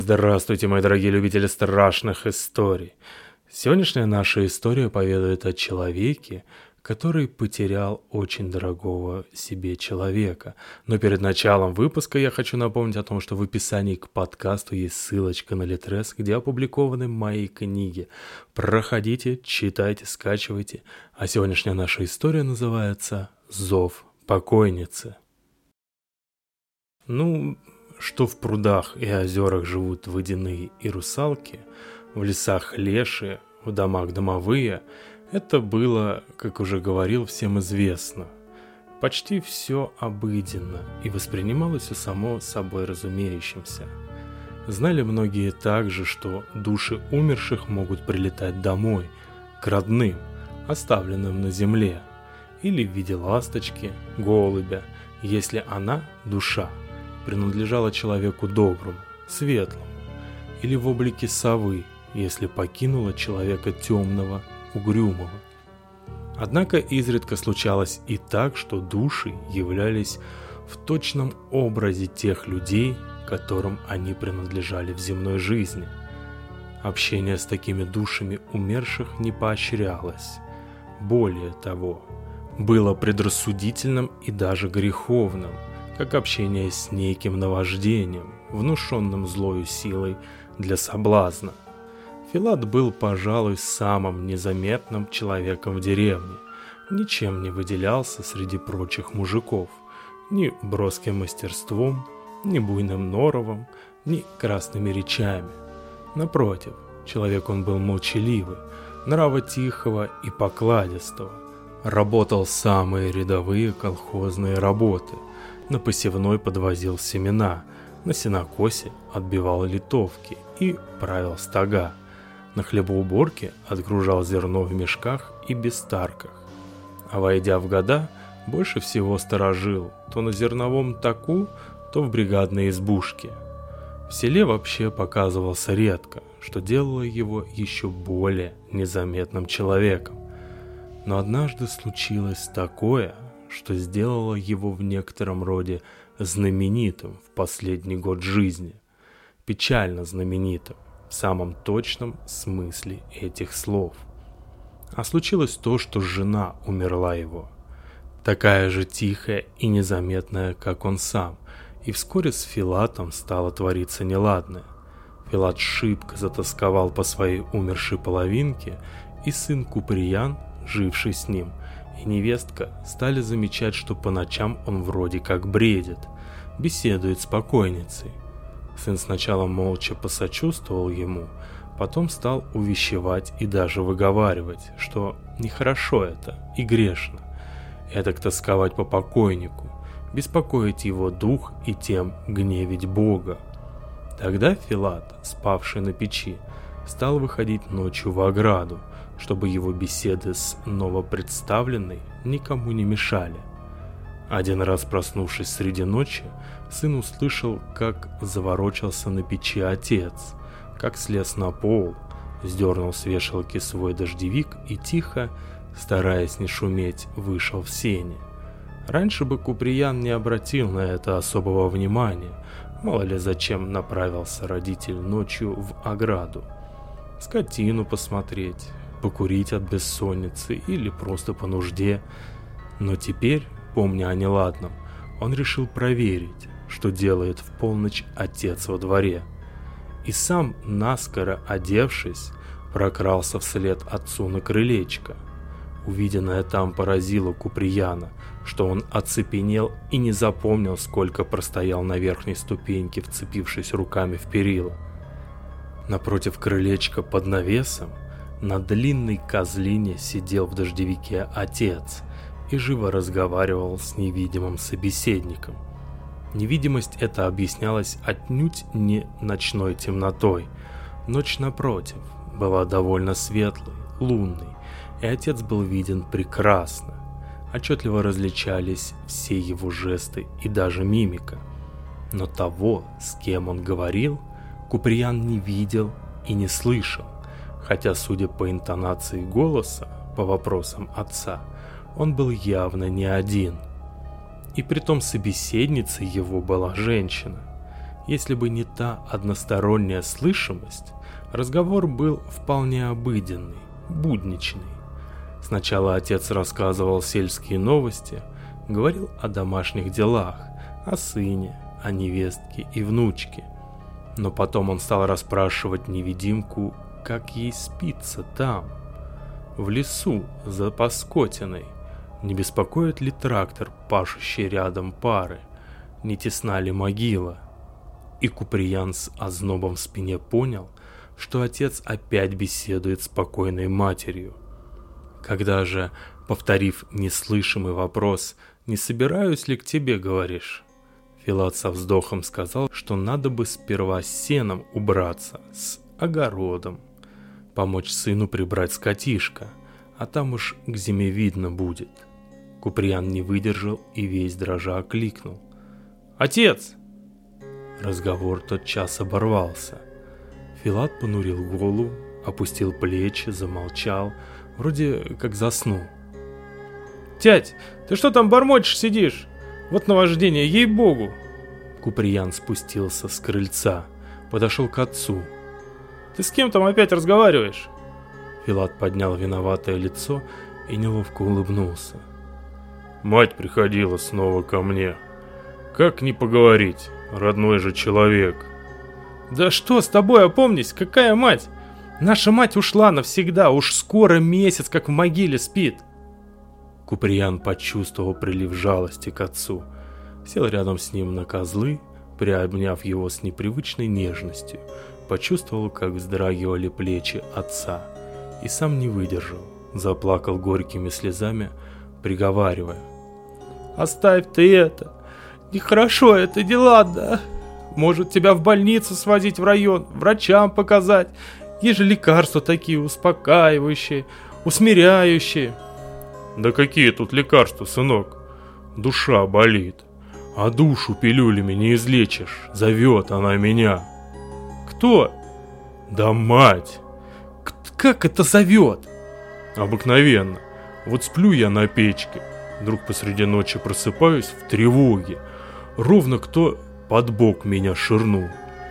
Здравствуйте, мои дорогие любители страшных историй. Сегодняшняя наша история поведает о человеке, который потерял очень дорогого себе человека. Но перед началом выпуска я хочу напомнить о том, что в описании к подкасту есть ссылочка на Литрес, где опубликованы мои книги. Проходите, читайте, скачивайте. А сегодняшняя наша история называется «Зов покойницы». Что в прудах и озерах живут водяные и русалки, в лесах леши, в домах домовые, это было, как уже говорил, всем известно. Почти все обыденно и воспринималось все само собой разумеющимся. Знали многие также, что души умерших могут прилетать домой, к родным, оставленным на земле, или в виде ласточки, голубя, если она, душа, принадлежала человеку доброму, светлому, или в облике совы, если покинула человека темного, угрюмого. Однако изредка случалось и так, что души являлись в точном образе тех людей, которым они принадлежали в земной жизни. Общение с такими душами умерших не поощрялось. Более того, было предрассудительным и даже греховным, как общение с неким наваждением, внушенным злою силой для соблазна. Филат был, пожалуй, самым незаметным человеком в деревне, ничем не выделялся среди прочих мужиков, ни броским мастерством, ни буйным норовом, ни красными речами. Напротив, человек он был молчаливый, нрава тихого и покладистого, работал самые рядовые колхозные работы, на посевной подвозил семена, на сенокосе отбивал литовки и правил стога, на хлебоуборке отгружал зерно в мешках и бестарках. А войдя в года, больше всего сторожил то на зерновом таку, то в бригадной избушке. В селе вообще показывался редко, что делало его еще более незаметным человеком. Но однажды случилось такое, что сделало его в некотором роде знаменитым в последний год жизни, печально знаменитым в самом точном смысле этих слов. А случилось то, что жена умерла его, такая же тихая и незаметная, как он сам, и вскоре с Филатом стало твориться неладное. Филат шибко затосковал по своей умершей половинке, и сын Куприян, живший с ним, и невестка стали замечать, что по ночам он вроде как бредит, беседует с покойницей. Сын сначала молча посочувствовал ему, потом стал увещевать и даже выговаривать, что нехорошо это и грешно. Этак тосковать по покойнику, беспокоить его дух и тем гневить Бога. Тогда Филат, спавший на печи, стал выходить ночью в ограду, чтобы его беседы с новопредставленной никому не мешали. Один раз, проснувшись среди ночи, сын услышал, как заворочался на печи отец, как слез на пол, сдернул с вешалки свой дождевик и тихо, стараясь не шуметь, вышел в сени. Раньше бы Куприян не обратил на это особого внимания, мало ли зачем направился родитель ночью в ограду. Скотину посмотреть, покурить от бессонницы или просто по нужде. Но теперь, помня о неладном, он решил проверить, что делает в полночь отец во дворе. И сам, наскоро одевшись, прокрался вслед отцу на крылечко. Увиденное там поразило Куприяна, что он оцепенел и не запомнил, сколько простоял на верхней ступеньке, вцепившись руками в перила. Напротив крылечка под навесом на длинной козлине сидел в дождевике отец и живо разговаривал с невидимым собеседником. Невидимость эта объяснялась отнюдь не ночной темнотой. Ночь, напротив, была довольно светлой, лунной, и отец был виден прекрасно. Отчетливо различались все его жесты и даже мимика. Но того, с кем он говорил, Куприян не видел и не слышал, хотя, судя по интонации голоса, по вопросам отца, он был явно не один. И притом собеседницей его была женщина. Если бы не та односторонняя слышимость, разговор был вполне обыденный, будничный. Сначала отец рассказывал сельские новости, говорил о домашних делах, о сыне, о невестке и внучке. Но потом он стал расспрашивать невидимку, как ей спится там, в лесу за Паскотиной. Не беспокоит ли трактор, пашущий рядом пары? Не тесна ли могила? И Куприян с ознобом в спине понял, что отец опять беседует с покойной матерью. Когда же, повторив неслышимый вопрос, «Не собираюсь ли к тебе, говоришь?» Филат со вздохом сказал, что надо бы сперва с сеном убраться, с огородом, помочь сыну прибрать скотишко, а там уж к зиме видно будет. Куприян не выдержал и весь дрожа окликнул: «Отец!» Разговор тотчас оборвался. Филат понурил голову, опустил плечи, замолчал, вроде как заснул. «Тять, ты что там бормочешь, сидишь? Вот наваждение, ей-богу!» Куприян спустился с крыльца, подошел к отцу. «Ты с кем там опять разговариваешь?» Филат поднял виноватое лицо и неловко улыбнулся. «Мать приходила снова ко мне. Как не поговорить, родной же человек». «Да что с тобой, опомнись, какая мать? Наша мать ушла навсегда, уж скоро месяц, как в могиле спит». Куприян почувствовал прилив жалости к отцу, сел рядом с ним на козлы, приобняв его с непривычной нежностью, почувствовал, как вздрагивали плечи отца, и сам не выдержал, заплакал горькими слезами, приговаривая: «Оставь ты это, нехорошо это дела, да? Может, тебя в больницу свозить в район, врачам показать, ежели лекарства такие успокаивающие, усмиряющие». «Да какие тут лекарства, сынок? Душа болит, а душу пилюлями не излечишь, зовет она меня». «Кто?» «Да мать!» «Как это зовет?» «Обыкновенно. Вот сплю я на печке, вдруг посреди ночи просыпаюсь в тревоге, ровно кто под бок меня ширнул,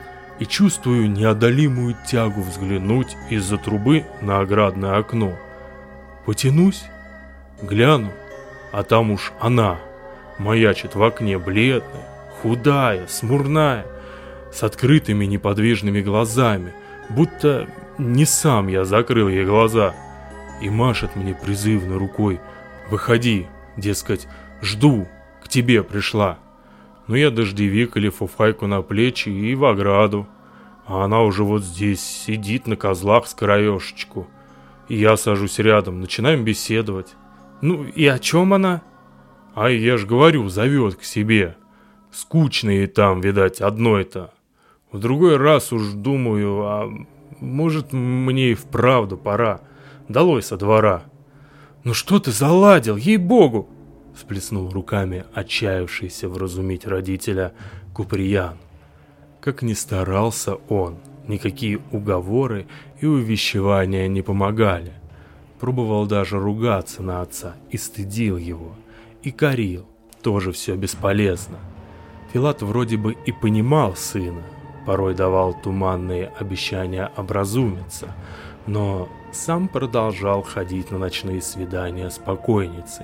и чувствую неодолимую тягу взглянуть из-за трубы на оградное окно. Потянусь, гляну, а там уж она маячит в окне, бледная, худая, смурная, с открытыми неподвижными глазами, будто не сам я закрыл ей глаза, и машет мне призывно рукой: «Выходи, дескать, жду, к тебе пришла». Но я дождевик или фуфайку на плечи и в ограду, а она уже вот здесь сидит на козлах с краешечку, и я сажусь рядом, начинаем беседовать. «Ну и о чем она?» «А я ж говорю, зовет к себе. Скучно ей там, видать, одной-то. В другой раз уж думаю, а может, мне и вправду пора. Долой со двора». «Ну что ты заладил, ей-богу!» всплеснул руками отчаявшийся вразумить родителя Куприян. Как ни старался он, никакие уговоры и увещевания не помогали. Пробовал даже ругаться на отца и стыдил его, и корил, тоже все бесполезно. Филат вроде бы и понимал сына, порой давал туманные обещания образумиться, но сам продолжал ходить на ночные свидания с покойницей.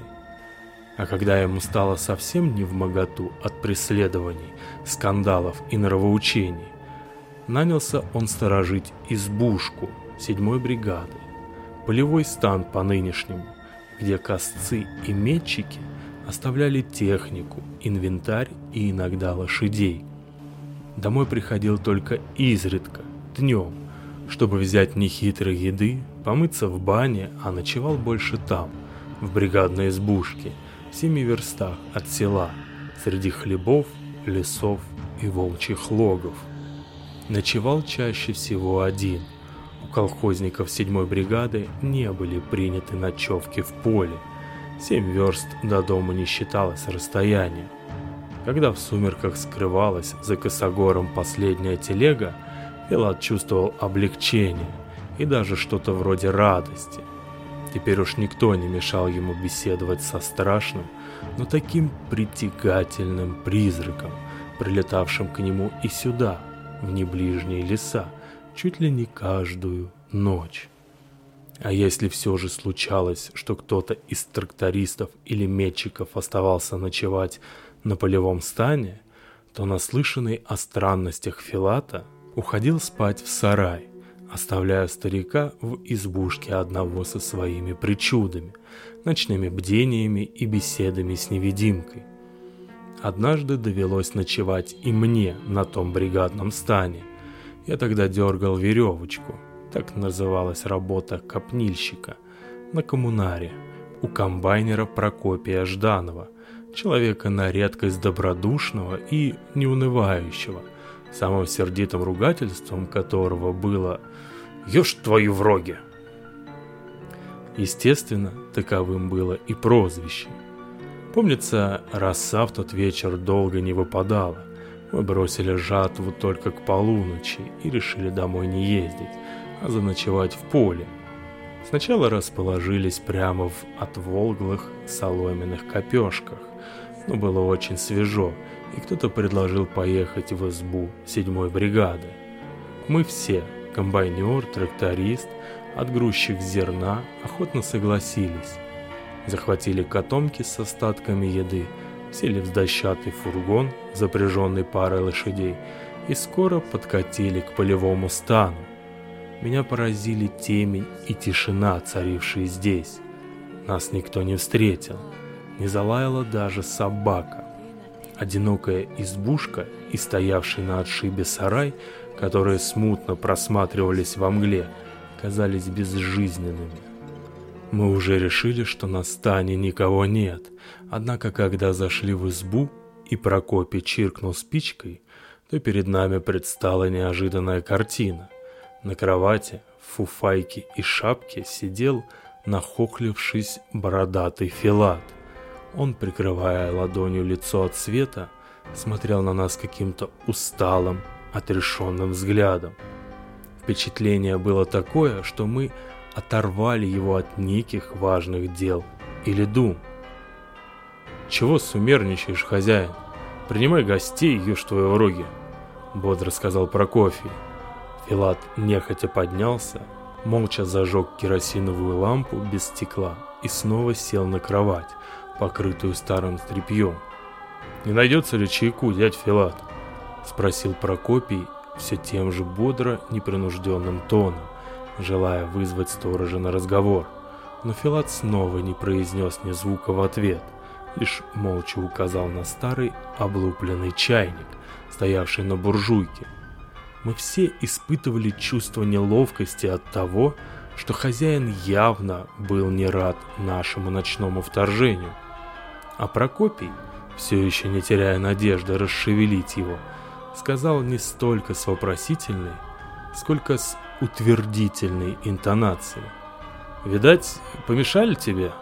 А когда ему стало совсем невмоготу от преследований, скандалов и нравоучений, нанялся он сторожить избушку 7-й бригады, полевой стан по нынешнему, где косцы и метчики оставляли технику, инвентарь и иногда лошадей. Домой приходил только изредка, днем, чтобы взять нехитрой еды, помыться в бане, а ночевал больше там, в бригадной избушке, в 7 верстах от села, среди хлебов, лесов и волчьих логов. Ночевал чаще всего один. У колхозников 7-й бригады не были приняты ночевки в поле. 7 верст до дома не считалось расстоянием. Когда в сумерках скрывалась за косогором последняя телега, Филат чувствовал облегчение и даже что-то вроде радости. Теперь уж никто не мешал ему беседовать со страшным, но таким притягательным призраком, прилетавшим к нему и сюда, в неближние леса, чуть ли не каждую ночь. А если все же случалось, что кто-то из трактористов или метчиков оставался ночевать на полевом стане, то наслышанный о странностях Филата уходил спать в сарай, оставляя старика в избушке одного со своими причудами, ночными бдениями и беседами с невидимкой. Однажды довелось ночевать и мне на том бригадном стане. Я тогда дергал веревочку, так называлась работа копнильщика, на коммунаре, у комбайнера Прокопия Жданова, человека на редкость добродушного и неунывающего, самым сердитым ругательством которого было «Ешь твою в роге!». Естественно, таковым было и прозвище. Помнится, роса в тот вечер долго не выпадала. Мы бросили жатву только к полуночи и решили домой не ездить, а заночевать в поле. Сначала расположились прямо в отволглых соломенных копешках, но было очень свежо, и кто-то предложил поехать в избу 7-й бригады. Мы все, комбайнер, тракторист, отгрузчик зерна, охотно согласились. Захватили котомки с остатками еды, сели в дощатый фургон, запряженный парой лошадей, и скоро подкатили к полевому стану. Меня поразили темень и тишина, царившие здесь. Нас никто не встретил, не залаяла даже собака. Одинокая избушка и стоявший на отшибе сарай, которые смутно просматривались во мгле, казались безжизненными. Мы уже решили, что на стане никого нет, однако когда зашли в избу и Прокопий чиркнул спичкой, то перед нами предстала неожиданная картина. На кровати, в фуфайке и шапке сидел, нахохлившись, бородатый Филат. Он, прикрывая ладонью лицо от света, смотрел на нас каким-то усталым, отрешенным взглядом. Впечатление было такое, что мы оторвали его от неких важных дел или дум. «Чего сумерничаешь, хозяин? Принимай гостей, ешь твои роги», — бодро сказал Прокофий. Филат нехотя поднялся, молча зажег керосиновую лампу без стекла и снова сел на кровать, покрытую старым тряпьем. «Не найдется ли чайку, дядь Филат?» — спросил Прокопий все тем же бодро непринужденным тоном, желая вызвать сторожа на разговор. Но Филат снова не произнес ни звука в ответ, лишь молча указал на старый облупленный чайник, стоявший на буржуйке. Мы все испытывали чувство неловкости от того, что хозяин явно был не рад нашему ночному вторжению. А Прокопий, все еще не теряя надежды расшевелить его, сказал не столько с вопросительной, сколько с утвердительной интонацией: «Видать, помешали тебе?»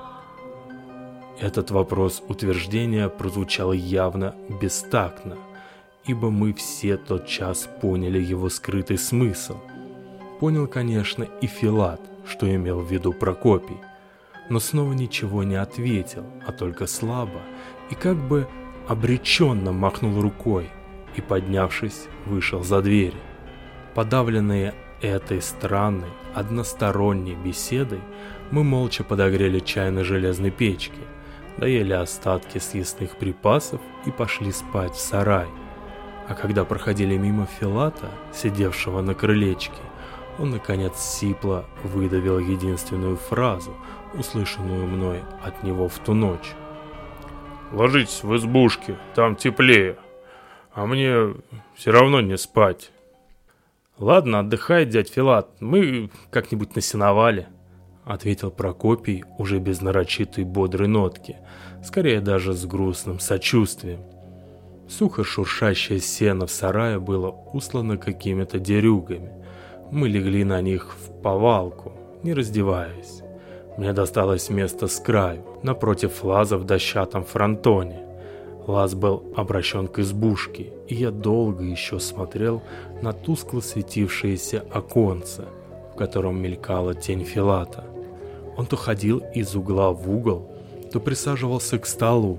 Этот вопрос утверждения прозвучал явно бестактно, ибо мы все тотчас поняли его скрытый смысл. Понял, конечно, и Филат, что имел в виду Прокопий, но снова ничего не ответил, а только слабо и как бы обреченно махнул рукой и, поднявшись, вышел за дверь. Подавленные этой странной, односторонней беседой, мы молча подогрели чай на железной печке, доели остатки съестных припасов и пошли спать в сарай. А когда проходили мимо Филата, сидевшего на крылечке, он, наконец, сипло выдавил единственную фразу, услышанную мной от него в ту ночь: «Ложитесь в избушке, там теплее, а мне все равно не спать». «Ладно, отдыхай, дядь Филат, мы как-нибудь насеновали», — ответил Прокопий уже без нарочитой бодрой нотки, скорее даже с грустным сочувствием. Сухо шуршащее сено в сарае было услано какими-то дерюгами. Мы легли на них в повалку, не раздеваясь. Мне досталось место с краю, напротив лаза в дощатом фронтоне. Лаз был обращен к избушке, и я долго еще смотрел на тускло светившееся оконце, в котором мелькала тень Филата. Он то ходил из угла в угол, то присаживался к столу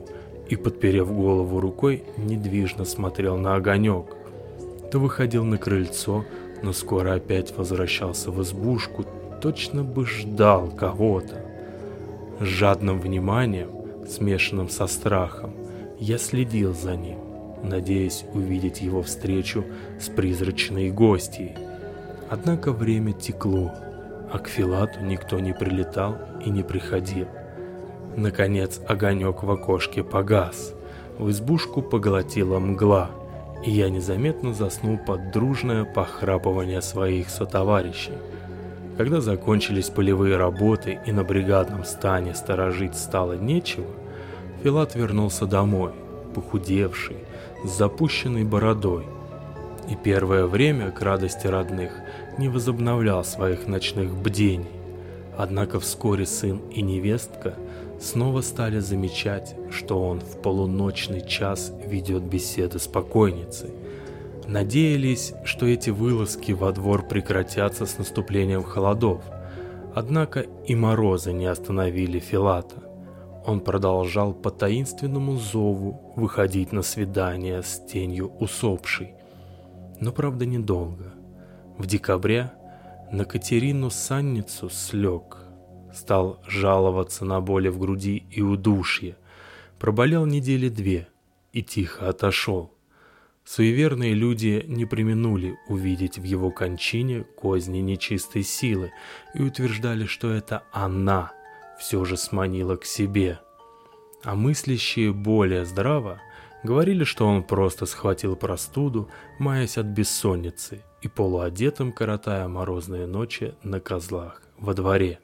и, подперев голову рукой, недвижно смотрел на огонек. То выходил на крыльцо, но скоро опять возвращался в избушку, точно бы ждал кого-то. С жадным вниманием, смешанным со страхом, я следил за ним, надеясь увидеть его встречу с призрачной гостьей. Однако время текло, а к Филату никто не прилетал и не приходил. Наконец огонек в окошке погас, в избушку поглотила мгла, и я незаметно заснул под дружное похрапывание своих сотоварищей. Когда закончились полевые работы и на бригадном стане сторожить стало нечего, Филат вернулся домой, похудевший, с запущенной бородой, и первое время, к радости родных, не возобновлял своих ночных бдений. Однако вскоре сын и невестка снова стали замечать, что он в полуночный час ведет беседы с покойницей. Надеялись, что эти вылазки во двор прекратятся с наступлением холодов. Однако и морозы не остановили Филата. Он продолжал по таинственному зову выходить на свидание с тенью усопшей. Но правда недолго. В декабре на Катерину Санницу слег. Стал жаловаться на боли в груди и удушье. Проболел недели 2 и тихо отошел. Суеверные люди не преминули увидеть в его кончине козни нечистой силы и утверждали, что это она все же сманила к себе. А мыслящие более здраво говорили, что он просто схватил простуду, маясь от бессонницы и полуодетым коротая морозные ночи на козлах во дворе.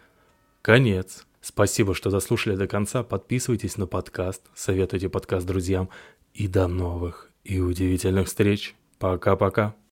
Конец. Спасибо, что дослушали до конца. Подписывайтесь на подкаст, советуйте подкаст друзьям и до новых и удивительных встреч. Пока-пока.